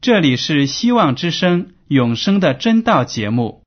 这里是希望之声永生的真道节目。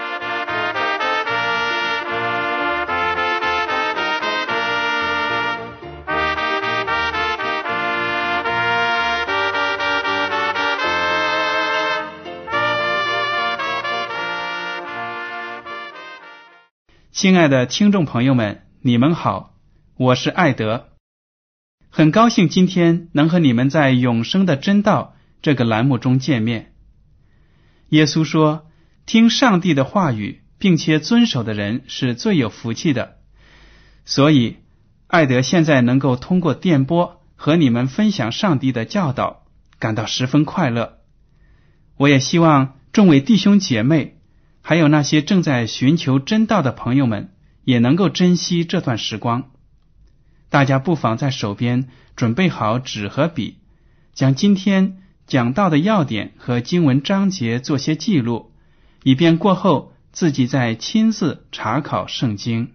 亲爱的听众朋友们，你们好，我是艾德，很高兴今天能和你们在永生的真道这个栏目中见面。耶稣说，听上帝的话语并且遵守的人是最有福气的，所以艾德现在能够通过电波和你们分享上帝的教导，感到十分快乐。我也希望众位弟兄姐妹还有那些正在寻求真道的朋友们也能够珍惜这段时光。大家不妨在手边准备好纸和笔，将今天讲到的要点和经文章节做些记录，以便过后自己再亲自查考圣经。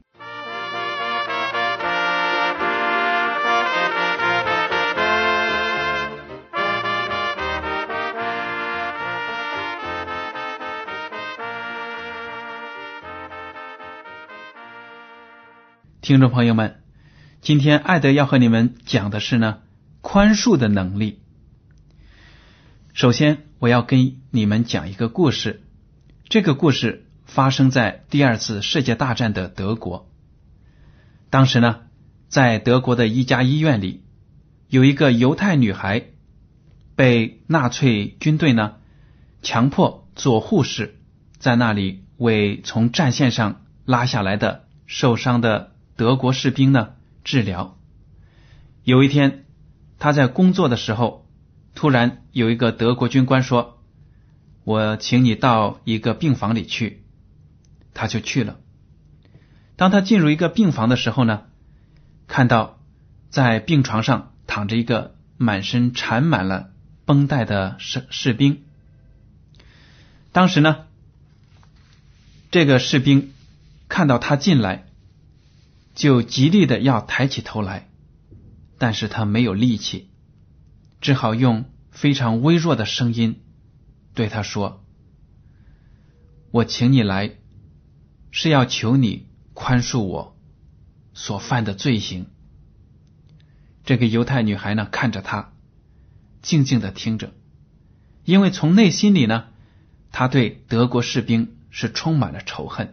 听众朋友们，今天艾德要和你们讲的是宽恕的能力。首先我要跟你们讲一个故事，这个故事发生在第二次世界大战的德国。当时在德国的一家医院里，有一个犹太女孩被纳粹军队强迫做护士，在那里为从战线上拉下来的受伤的德国士兵治疗。有一天他在工作的时候，突然有一个德国军官说，我请你到一个病房里去。他就去了。当他进入一个病房的时候看到在病床上躺着一个满身缠满了绷带的士兵。当时这个士兵看到他进来，就极力的要抬起头来，但是他没有力气，只好用非常微弱的声音对他说，我请你来是要求你宽恕我所犯的罪行。这个犹太女孩看着他，静静的听着，因为从内心里她对德国士兵是充满了仇恨。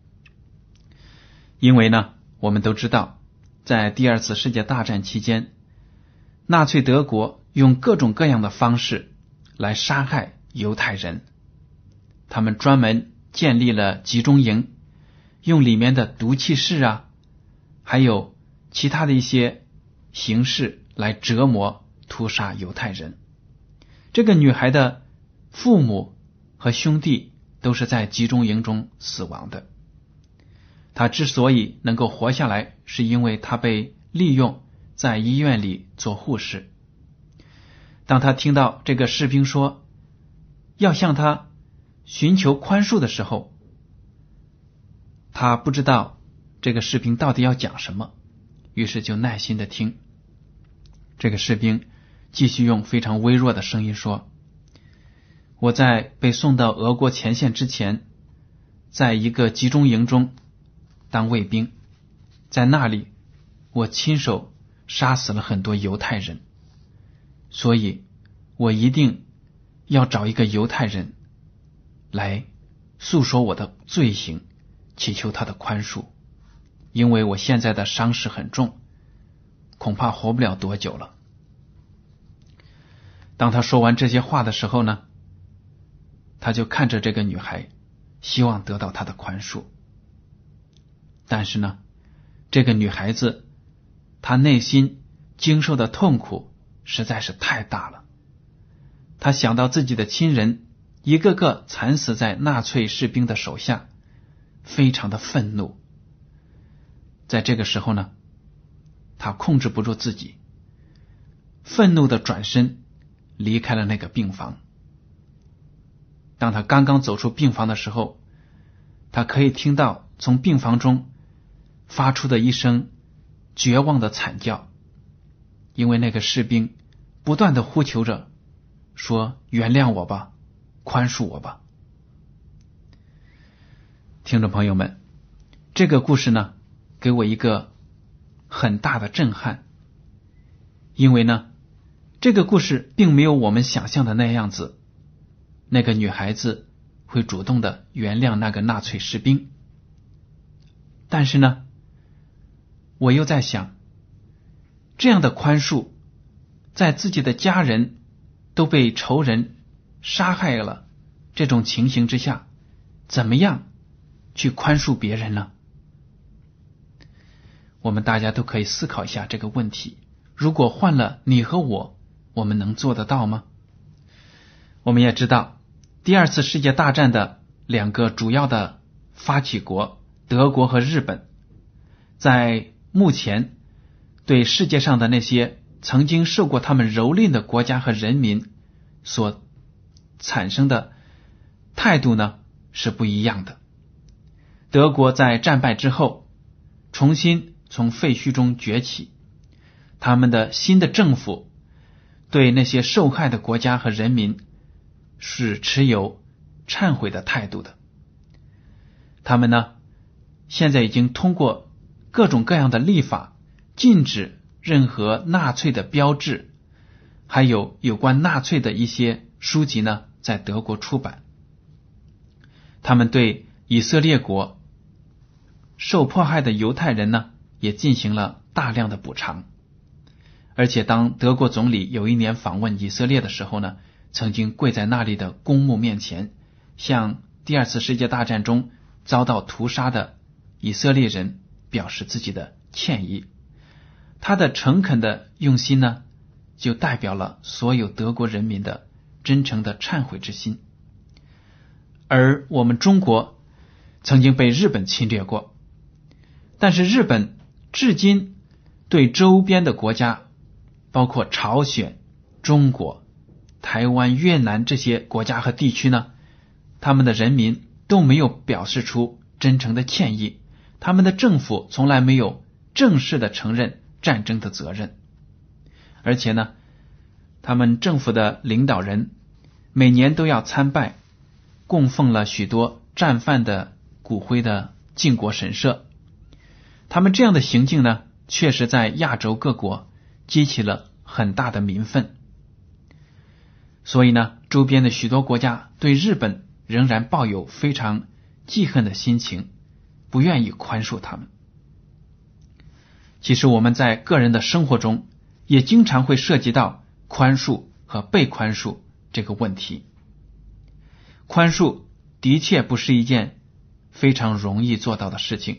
因为我们都知道，在第二次世界大战期间，纳粹德国用各种各样的方式来杀害犹太人。他们专门建立了集中营，用里面的毒气室还有其他的一些形式来折磨屠杀犹太人。这个女孩的父母和兄弟都是在集中营中死亡的。他之所以能够活下来，是因为他被利用在医院里做护士。当他听到这个士兵说要向他寻求宽恕的时候，他不知道这个士兵到底要讲什么，于是就耐心的听。这个士兵继续用非常微弱的声音说，我在被送到俄国前线之前，在一个集中营中当卫兵，在那里我亲手杀死了很多犹太人，所以我一定要找一个犹太人来诉说我的罪行，祈求他的宽恕，因为我现在的伤势很重，恐怕活不了多久了。当他说完这些话的时候他就看着这个女孩，希望得到她的宽恕。但是这个女孩子她内心经受的痛苦实在是太大了。她想到自己的亲人一个个惨死在纳粹士兵的手下，非常的愤怒。在这个时候她控制不住自己，愤怒的转身离开了那个病房。当她刚刚走出病房的时候，她可以听到从病房中发出的一声绝望的惨叫，因为那个士兵不断的呼求着说原谅我吧，宽恕我吧。听众朋友们，这个故事呢，给我一个很大的震撼，因为呢，这个故事并没有我们想象的那样子，那个女孩子会主动的原谅那个纳粹士兵。但是呢，我又在想，这样的宽恕，在自己的家人都被仇人杀害了这种情形之下，怎么样去宽恕别人呢？我们大家都可以思考一下这个问题。如果换了你和我们能做得到吗？我们也知道，第二次世界大战的两个主要的发起国，德国和日本，在目前对世界上的那些曾经受过他们蹂躏的国家和人民所产生的态度呢，是不一样的。德国在战败之后重新从废墟中崛起，他们的新的政府对那些受害的国家和人民是持有忏悔的态度的。他们呢，现在已经通过各种各样的立法，禁止任何纳粹的标志，还有关纳粹的一些书籍呢，在德国出版。他们对以色列国受迫害的犹太人呢，也进行了大量的补偿。而且当德国总理有一年访问以色列的时候呢，曾经跪在那里的公墓面前，向第二次世界大战中遭到屠杀的以色列人表示自己的歉意。他的诚恳的用心呢，就代表了所有德国人民的真诚的忏悔之心。而我们中国曾经被日本侵略过，但是日本至今对周边的国家，包括朝鲜、中国、台湾、越南这些国家和地区呢，他们的人民都没有表示出真诚的歉意，他们的政府从来没有正式的承认战争的责任。而且呢，他们政府的领导人每年都要参拜供奉了许多战犯的骨灰的靖国神社。他们这样的行径呢，确实在亚洲各国激起了很大的民愤。所以呢，周边的许多国家对日本仍然抱有非常记恨的心情，不愿意宽恕他们。其实我们在个人的生活中也经常会涉及到宽恕和被宽恕这个问题。宽恕的确不是一件非常容易做到的事情，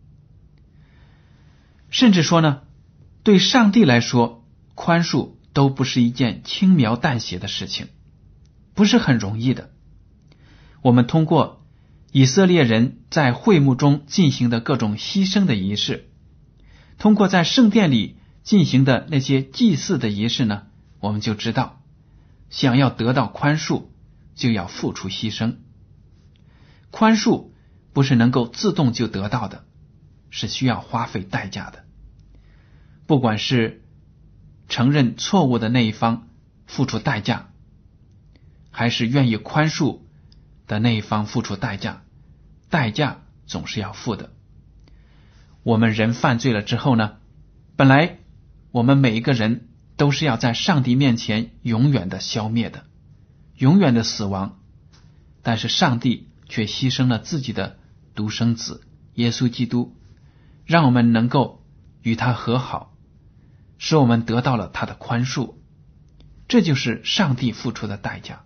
甚至说呢，对上帝来说，宽恕都不是一件轻描淡写的事情，不是很容易的。我们通过以色列人在会幕中进行的各种牺牲的仪式，通过在圣殿里进行的那些祭祀的仪式呢，我们就知道，想要得到宽恕，就要付出牺牲。宽恕不是能够自动就得到的，是需要花费代价的。不管是承认错误的那一方付出代价，还是愿意宽恕的那一方付出代价，代价总是要付的。我们人犯罪了之后呢，本来我们每一个人都是要在上帝面前永远的消灭的，永远的死亡，但是上帝却牺牲了自己的独生子耶稣基督，让我们能够与他和好，使我们得到了他的宽恕。这就是上帝付出的代价。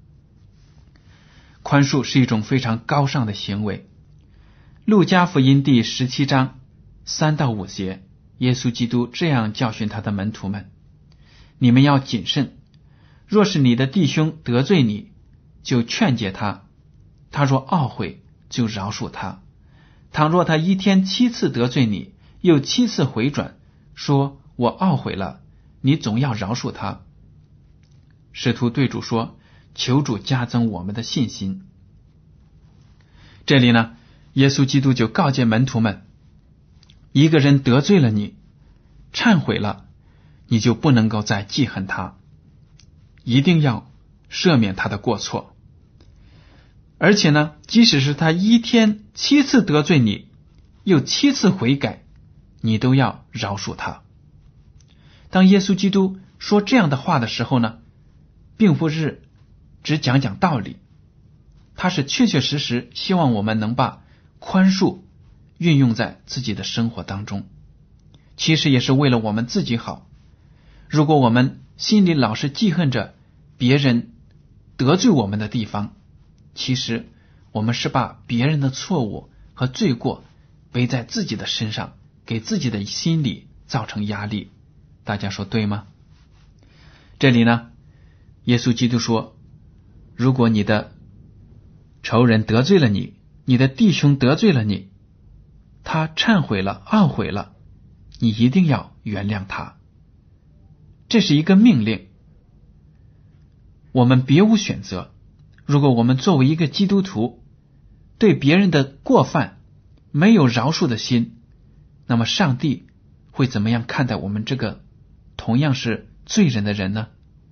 宽恕是一种非常高尚的行为。路加福音第17章3到5节，耶稣基督这样教训他的门徒们：你们要谨慎，若是你的弟兄得罪你，就劝诫他，他若懊悔，就饶恕他。倘若他一天7次得罪你，又7次回转，说我懊悔了，你总要饶恕他。使徒对主说：求主加增我们的信心。这里呢，耶稣基督就告诫门徒们，一个人得罪了你，忏悔了，你就不能够再记恨他，一定要赦免他的过错。而且呢，即使是他一天7次得罪你，又7次悔改，你都要饶恕他。当耶稣基督说这样的话的时候呢，并不是只讲讲道理，他是确确实实希望我们能把宽恕运用在自己的生活当中，其实也是为了我们自己好。如果我们心里老是记恨着别人得罪我们的地方，其实我们是把别人的错误和罪过背在自己的身上，给自己的心里造成压力。大家说对吗？这里呢，耶稣基督说，如果你的仇人得罪了你，你的弟兄得罪了你，他忏悔了，懊悔了，你一定要原谅他。这是一个命令，我们别无选择。如果我们作为一个基督徒，对别人的过犯没有饶恕的心，那么上帝会怎么样看待我们这个同样是罪人的人呢？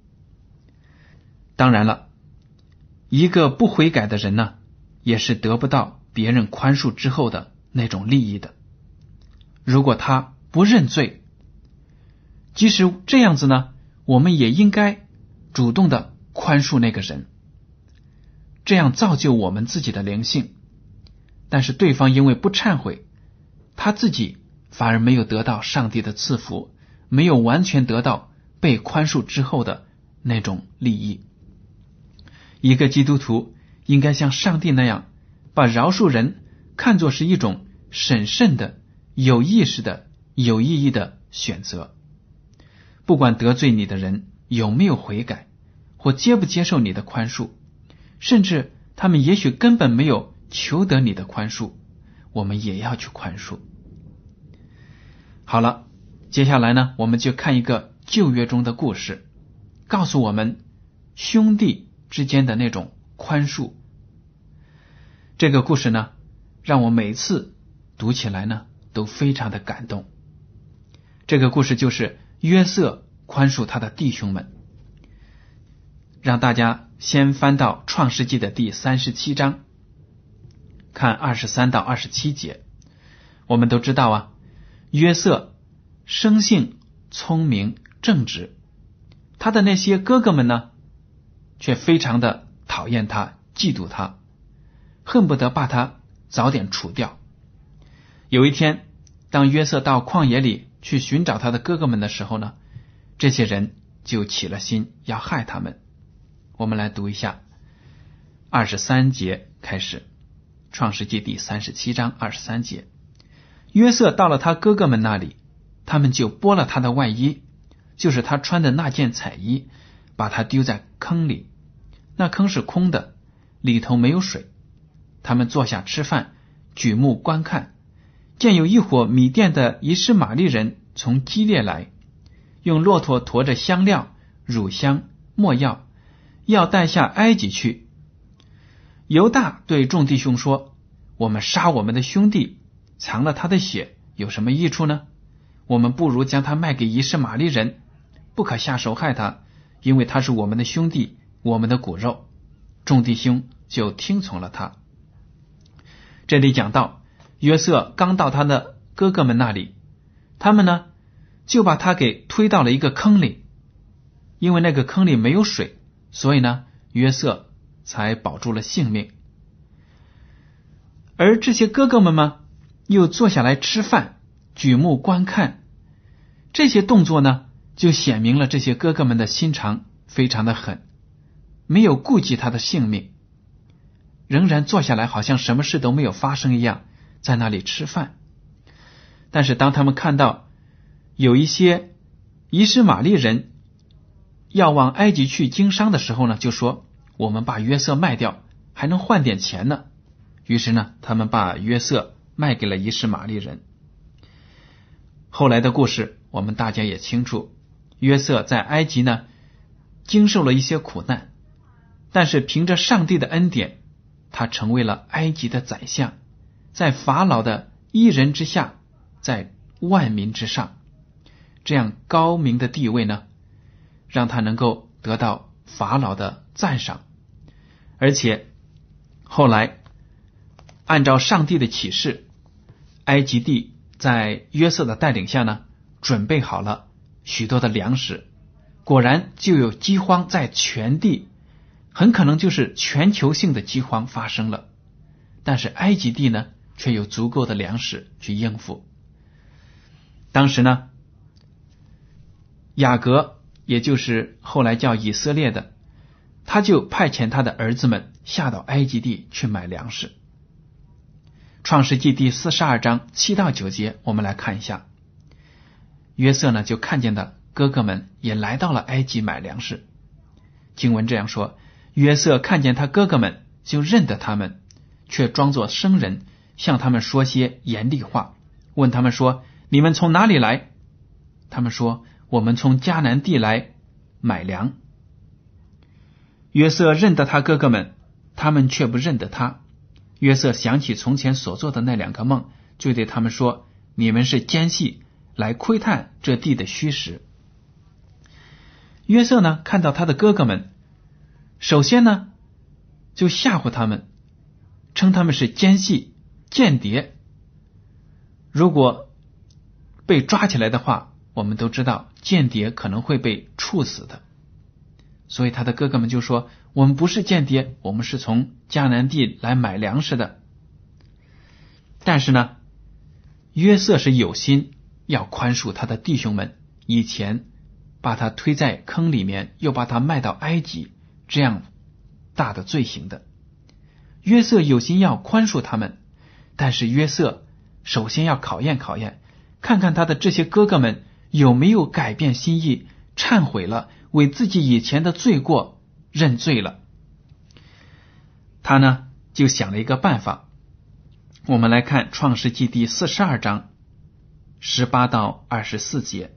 当然了，一个不悔改的人呢，也是得不到别人宽恕之后的那种利益的。如果他不认罪，即使这样子呢，我们也应该主动的宽恕那个人，这样造就我们自己的灵性。但是对方因为不忏悔，他自己反而没有得到上帝的赐福，没有完全得到被宽恕之后的那种利益。一个基督徒应该像上帝那样，把饶恕人看作是一种审慎的、有意识的、有意义的选择。不管得罪你的人有没有悔改，或接不接受你的宽恕，甚至他们也许根本没有求得你的宽恕，我们也要去宽恕。好了，接下来呢，我们就看一个旧约中的故事，告诉我们兄弟之间的那种宽恕。这个故事呢，让我每次读起来呢都非常的感动。这个故事就是约瑟宽恕他的弟兄们。让大家先翻到创世纪的第37章，看23到27节。我们都知道啊，约瑟生性聪明正直，他的那些哥哥们呢，却非常的讨厌他，嫉妒他，恨不得把他早点除掉。有一天，当约瑟到旷野里去寻找他的哥哥们的时候呢，这些人就起了心要害他们。我们来读一下23节开始，创世纪第37章23节。约瑟到了他哥哥们那里，他们就剥了他的外衣，就是他穿的那件彩衣，把他丢在坑里。那坑是空的，里头没有水。他们坐下吃饭，举目观看，见有一伙米甸的以实玛利人从基列来，用骆驼驮着香料、乳香、没药，要带下埃及去。犹大对众弟兄说，我们杀我们的兄弟，藏了他的血，有什么益处呢？我们不如将他卖给以实玛利人，不可下手害他，因为他是我们的兄弟，我们的骨肉。众弟兄就听从了他。这里讲到约瑟刚到他的哥哥们那里，他们呢就把他给推到了一个坑里，因为那个坑里没有水，所以呢约瑟才保住了性命。而这些哥哥们嘛，又坐下来吃饭，举目观看，这些动作呢就显明了这些哥哥们的心肠非常的狠，没有顾及他的性命，仍然坐下来好像什么事都没有发生一样，在那里吃饭。但是当他们看到有一些以实玛利人要往埃及去经商的时候呢，就说我们把约瑟卖掉，还能换点钱呢。于是呢，他们把约瑟卖给了以实玛利人。后来的故事我们大家也清楚，约瑟在埃及呢经受了一些苦难，但是凭着上帝的恩典，他成为了埃及的宰相，在法老的一人之下，在万民之上。这样高明的地位呢，让他能够得到法老的赞赏，而且后来按照上帝的启示，埃及地在约瑟的带领下呢，准备好了许多的粮食，果然就有饥荒在全地，很可能就是全球性的饥荒发生了，但是埃及地呢却有足够的粮食去应付。当时呢，雅各也就是后来叫以色列的，他就派遣他的儿子们下到埃及地去买粮食。创世纪第42章7到9节，我们来看一下。约瑟呢就看见的哥哥们也来到了埃及买粮食。经文这样说，约瑟看见他哥哥们就认得他们，却装作生人，向他们说些严厉话，问他们说，你们从哪里来？他们说，我们从迦南地来买粮。约瑟认得他哥哥们，他们却不认得他。约瑟想起从前所做的那2个梦，就对他们说，你们是奸细，来窥探这地的虚实。约瑟呢看到他的哥哥们，首先呢就吓唬他们，称他们是奸细间谍。如果被抓起来的话，我们都知道间谍可能会被处死的，所以他的哥哥们就说，我们不是间谍，我们是从迦南地来买粮食的。但是呢，约瑟是有心要宽恕他的弟兄们以前把他推在坑里面，又把他卖到埃及这样大的罪行的。约瑟有心要宽恕他们，但是约瑟首先要考验考验，看看他的这些哥哥们有没有改变心意，忏悔了，为自己以前的罪过认罪了。他呢就想了一个办法，我们来看创世纪第42章18到24节。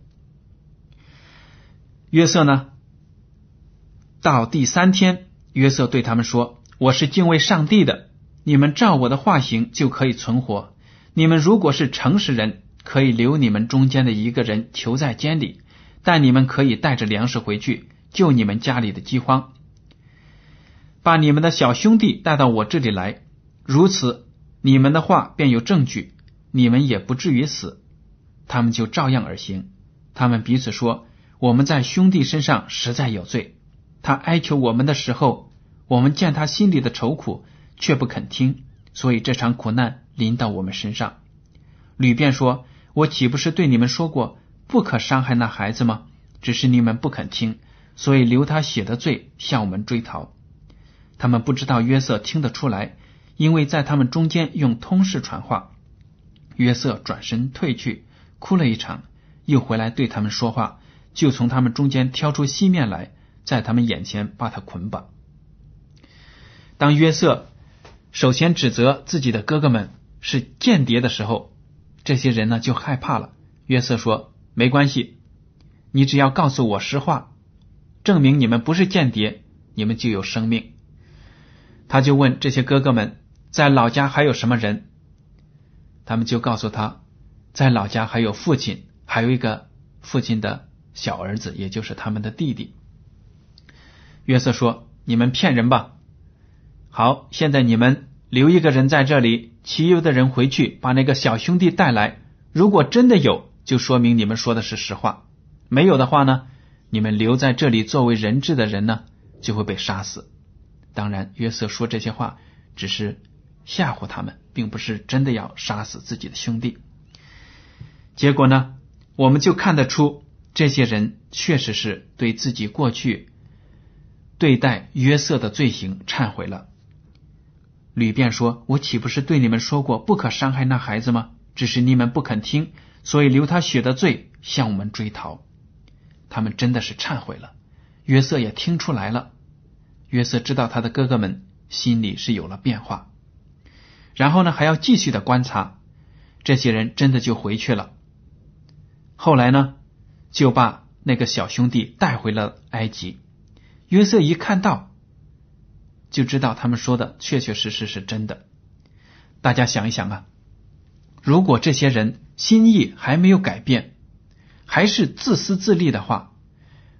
约瑟呢到第3天，约瑟对他们说，我是敬畏上帝的，你们照我的话行就可以存活。你们如果是诚实人，可以留你们中间的一个人囚在监里，但你们可以带着粮食回去，救你们家里的饥荒。把你们的小兄弟带到我这里来，如此你们的话便有证据，你们也不至于死。他们就照样而行。他们彼此说，我们在兄弟身上实在有罪。他哀求我们的时候，我们见他心里的愁苦，却不肯听，所以这场苦难临到我们身上。吕便说，我岂不是对你们说过，不可伤害那孩子吗？只是你们不肯听，所以流他血的罪向我们追讨。他们不知道约瑟听得出来，因为在他们中间用通事传话。约瑟转身退去，哭了一场，又回来对他们说话，就从他们中间挑出细面来，在他们眼前把他捆绑。当约瑟首先指责自己的哥哥们是间谍的时候，这些人呢就害怕了。约瑟说，没关系，你只要告诉我实话，证明你们不是间谍，你们就有生命。他就问这些哥哥们，在老家还有什么人？他们就告诉他，在老家还有父亲，还有一个父亲的小儿子，也就是他们的弟弟。约瑟说，你们骗人吧。好，现在你们留一个人在这里，其余的人回去把那个小兄弟带来，如果真的有，就说明你们说的是实话，没有的话呢，你们留在这里作为人质的人呢就会被杀死。当然约瑟说这些话只是吓唬他们，并不是真的要杀死自己的兄弟。结果呢，我们就看得出这些人确实是对自己过去对待约瑟的罪行忏悔了。吕便说，我岂不是对你们说过，不可伤害那孩子吗？只是你们不肯听，所以流他血的罪向我们追讨。他们真的是忏悔了，约瑟也听出来了。约瑟知道他的哥哥们心里是有了变化，然后呢还要继续的观察，这些人真的就回去了。后来呢就把那个小兄弟带回了埃及。约瑟一看到就知道他们说的确确实实是真的。大家想一想啊，如果这些人心意还没有改变，还是自私自利的话，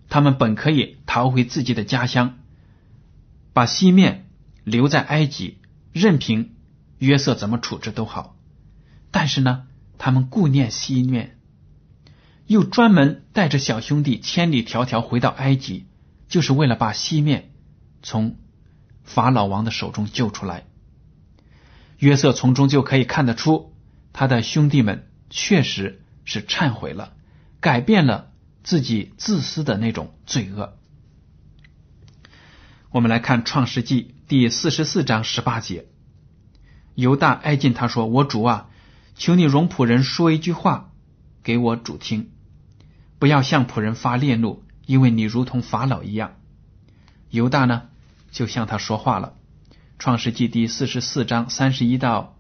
他们本可以逃回自己的家乡，把西面留在埃及，任凭约瑟怎么处置都好。但是呢，他们顾念西面，又专门带着小兄弟千里迢迢回到埃及，就是为了把西面从法老王的手中救出来。约瑟从中就可以看得出，他的兄弟们确实是忏悔了，改变了自己自私的那种罪恶。我们来看创世纪第44章18节，犹大挨近他说，我主啊，求你容仆人说一句话给我主听，不要向仆人发烈怒，因为你如同法老一样。犹大呢就向他说话了。创世纪第44章31到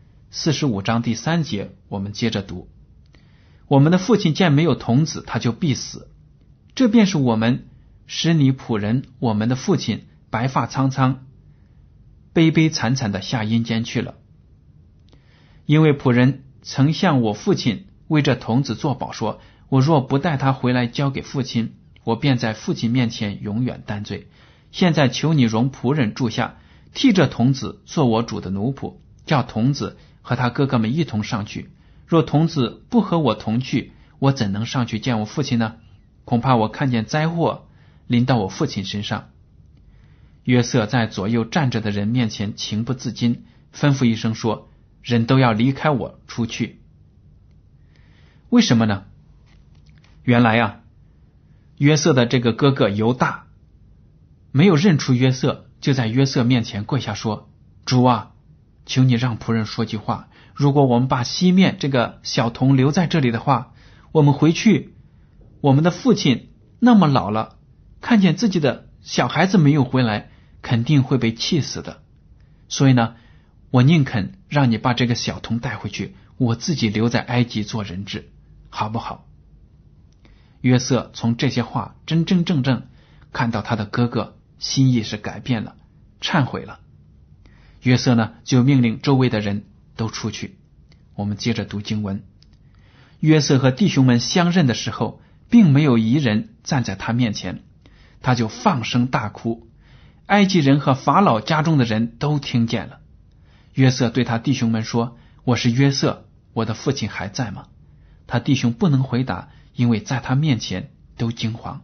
45章第3节，我们接着读，我们的父亲见没有童子，他就必死，这便是我们使你仆人我们的父亲白发苍苍悲悲惨惨的下阴间去了。因为仆人曾向我父亲为这童子作保说，我若不带他回来交给父亲，我便在父亲面前永远担罪。现在求你容仆人住下，替这童子做我主的奴仆，叫童子和他哥哥们一同上去。若童子不和我同去，我怎能上去见我父亲呢？恐怕我看见灾祸临到我父亲身上。约瑟在左右站着的人面前情不自禁，吩咐一声说，人都要离开我出去。为什么呢？原来啊，约瑟的这个哥哥犹大没有认出约瑟，就在约瑟面前跪下说，主啊，求你让仆人说句话，如果我们把西面这个小童留在这里的话，我们回去，我们的父亲那么老了，看见自己的小孩子没有回来，肯定会被气死的。所以呢，我宁肯让你把这个小童带回去，我自己留在埃及做人质，好不好？约瑟从这些话真真正正看到他的哥哥心意是改变了，忏悔了。约瑟呢就命令周围的人都出去。我们接着读经文，约瑟和弟兄们相认的时候，并没有一人站在他面前，他就放声大哭，埃及人和法老家中的人都听见了。约瑟对他弟兄们说，我是约瑟，我的父亲还在吗？他弟兄不能回答，因为在他面前都惊慌。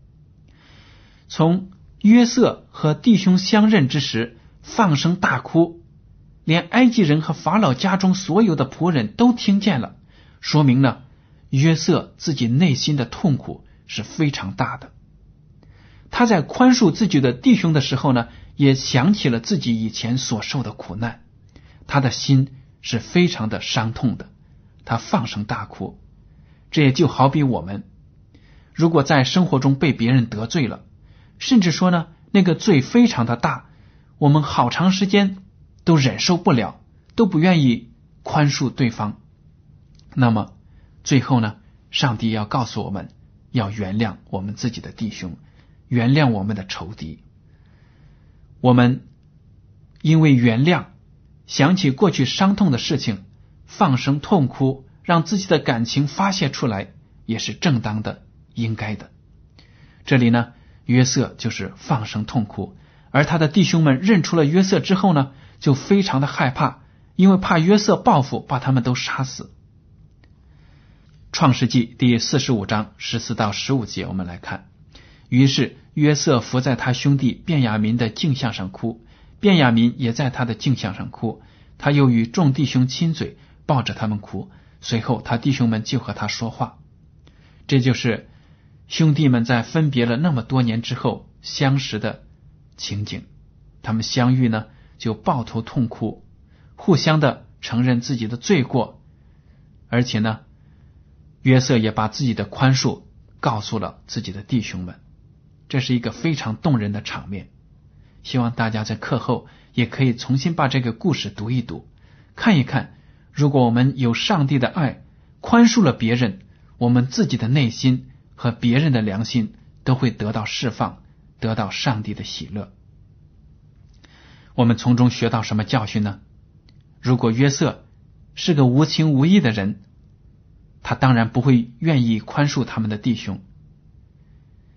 从约瑟和弟兄相认之时放声大哭，连埃及人和法老家中所有的仆人都听见了，说明了约瑟自己内心的痛苦是非常大的。他在宽恕自己的弟兄的时候呢，也想起了自己以前所受的苦难，他的心是非常的伤痛的，他放声大哭。这也就好比我们如果在生活中被别人得罪了，甚至说呢那个罪非常的大，我们好长时间都忍受不了，都不愿意宽恕对方，那么最后呢，上帝要告诉我们要原谅我们自己的弟兄，原谅我们的仇敌。我们因为原谅，想起过去伤痛的事情，放声痛哭，让自己的感情发泄出来，也是正当的，应该的。这里呢，约瑟就是放声痛哭，而他的弟兄们认出了约瑟之后呢，就非常的害怕，因为怕约瑟报复把他们都杀死。创世纪第45章14到15节，我们来看，于是约瑟伏在他兄弟便雅悯的镜像上哭，便雅悯也在他的镜像上哭，他又与众弟兄亲嘴，抱着他们哭，随后他弟兄们就和他说话。这就是兄弟们在分别了那么多年之后相识的情景。他们相遇呢，就抱头痛哭，互相的承认自己的罪过，而且呢，约瑟也把自己的宽恕告诉了自己的弟兄们。这是一个非常动人的场面，希望大家在课后也可以重新把这个故事读一读，看一看，如果我们有上帝的爱，宽恕了别人，我们自己的内心和别人的良心都会得到释放，得到上帝的喜乐。我们从中学到什么教训呢？如果约瑟是个无情无义的人，他当然不会愿意宽恕他们的弟兄。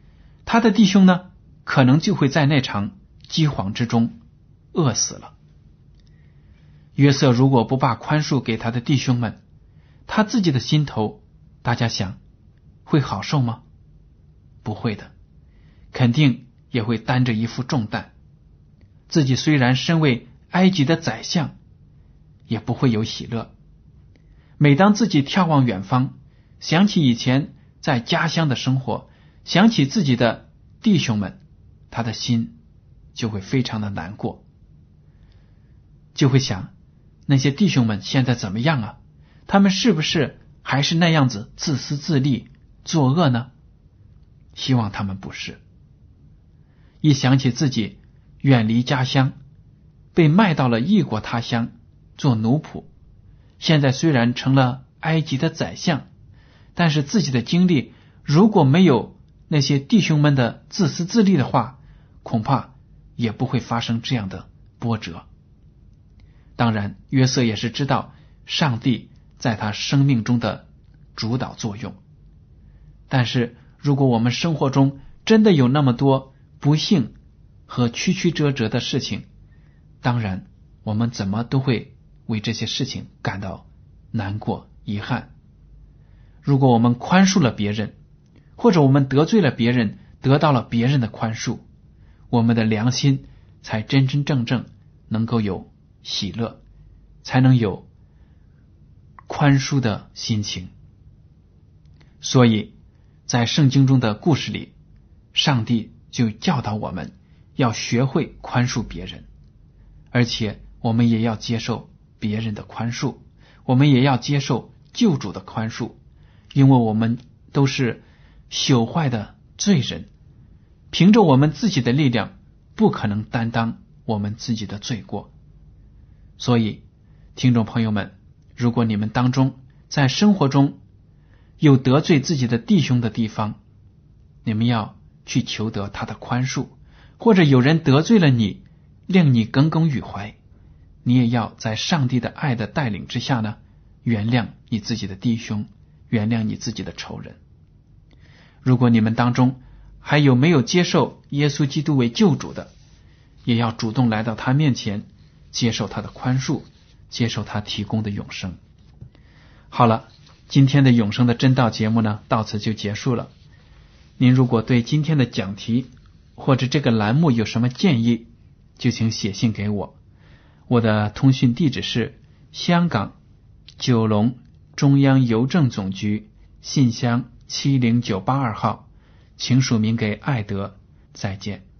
他的弟兄呢，可能就会在那场饥荒之中饿死了。约瑟如果不把宽恕给他的弟兄们，他自己的心头，大家想会好受吗？不会的，肯定也会担着一副重担。自己虽然身为埃及的宰相，也不会有喜乐。每当自己眺望远方，想起以前在家乡的生活，想起自己的弟兄们，他的心就会非常的难过，就会想那些弟兄们现在怎么样啊？他们是不是还是那样子自私自利作恶呢？希望他们不是。一想起自己远离家乡，被卖到了异国他乡做奴仆，现在虽然成了埃及的宰相，但是自己的经历如果没有那些弟兄们的自私自利的话，恐怕也不会发生这样的波折。当然，约瑟也是知道上帝在他生命中的主导作用，但是如果我们生活中真的有那么多不幸和曲曲折折的事情，当然我们怎么都会为这些事情感到难过遗憾。如果我们宽恕了别人，或者我们得罪了别人，得到了别人的宽恕，我们的良心才真真正正能够有喜乐，才能有宽恕的心情。所以在圣经中的故事里，上帝就教导我们要学会宽恕别人，而且我们也要接受别人的宽恕，我们也要接受救主的宽恕，因为我们都是朽坏的罪人，凭着我们自己的力量不可能担当我们自己的罪过。所以听众朋友们，如果你们当中在生活中有得罪自己的弟兄的地方，你们要去求得他的宽恕，或者有人得罪了你，令你耿耿于怀，你也要在上帝的爱的带领之下呢，原谅你自己的弟兄，原谅你自己的仇人。如果你们当中还有没有接受耶稣基督为救主的，也要主动来到他面前，接受他的宽恕，接受他提供的永生。好了，今天的永生的真道节目呢，到此就结束了。您如果对今天的讲题或者这个栏目有什么建议，就请写信给我。我的通讯地址是香港九龙中央邮政总局信箱70982号，请署名给爱德。再见。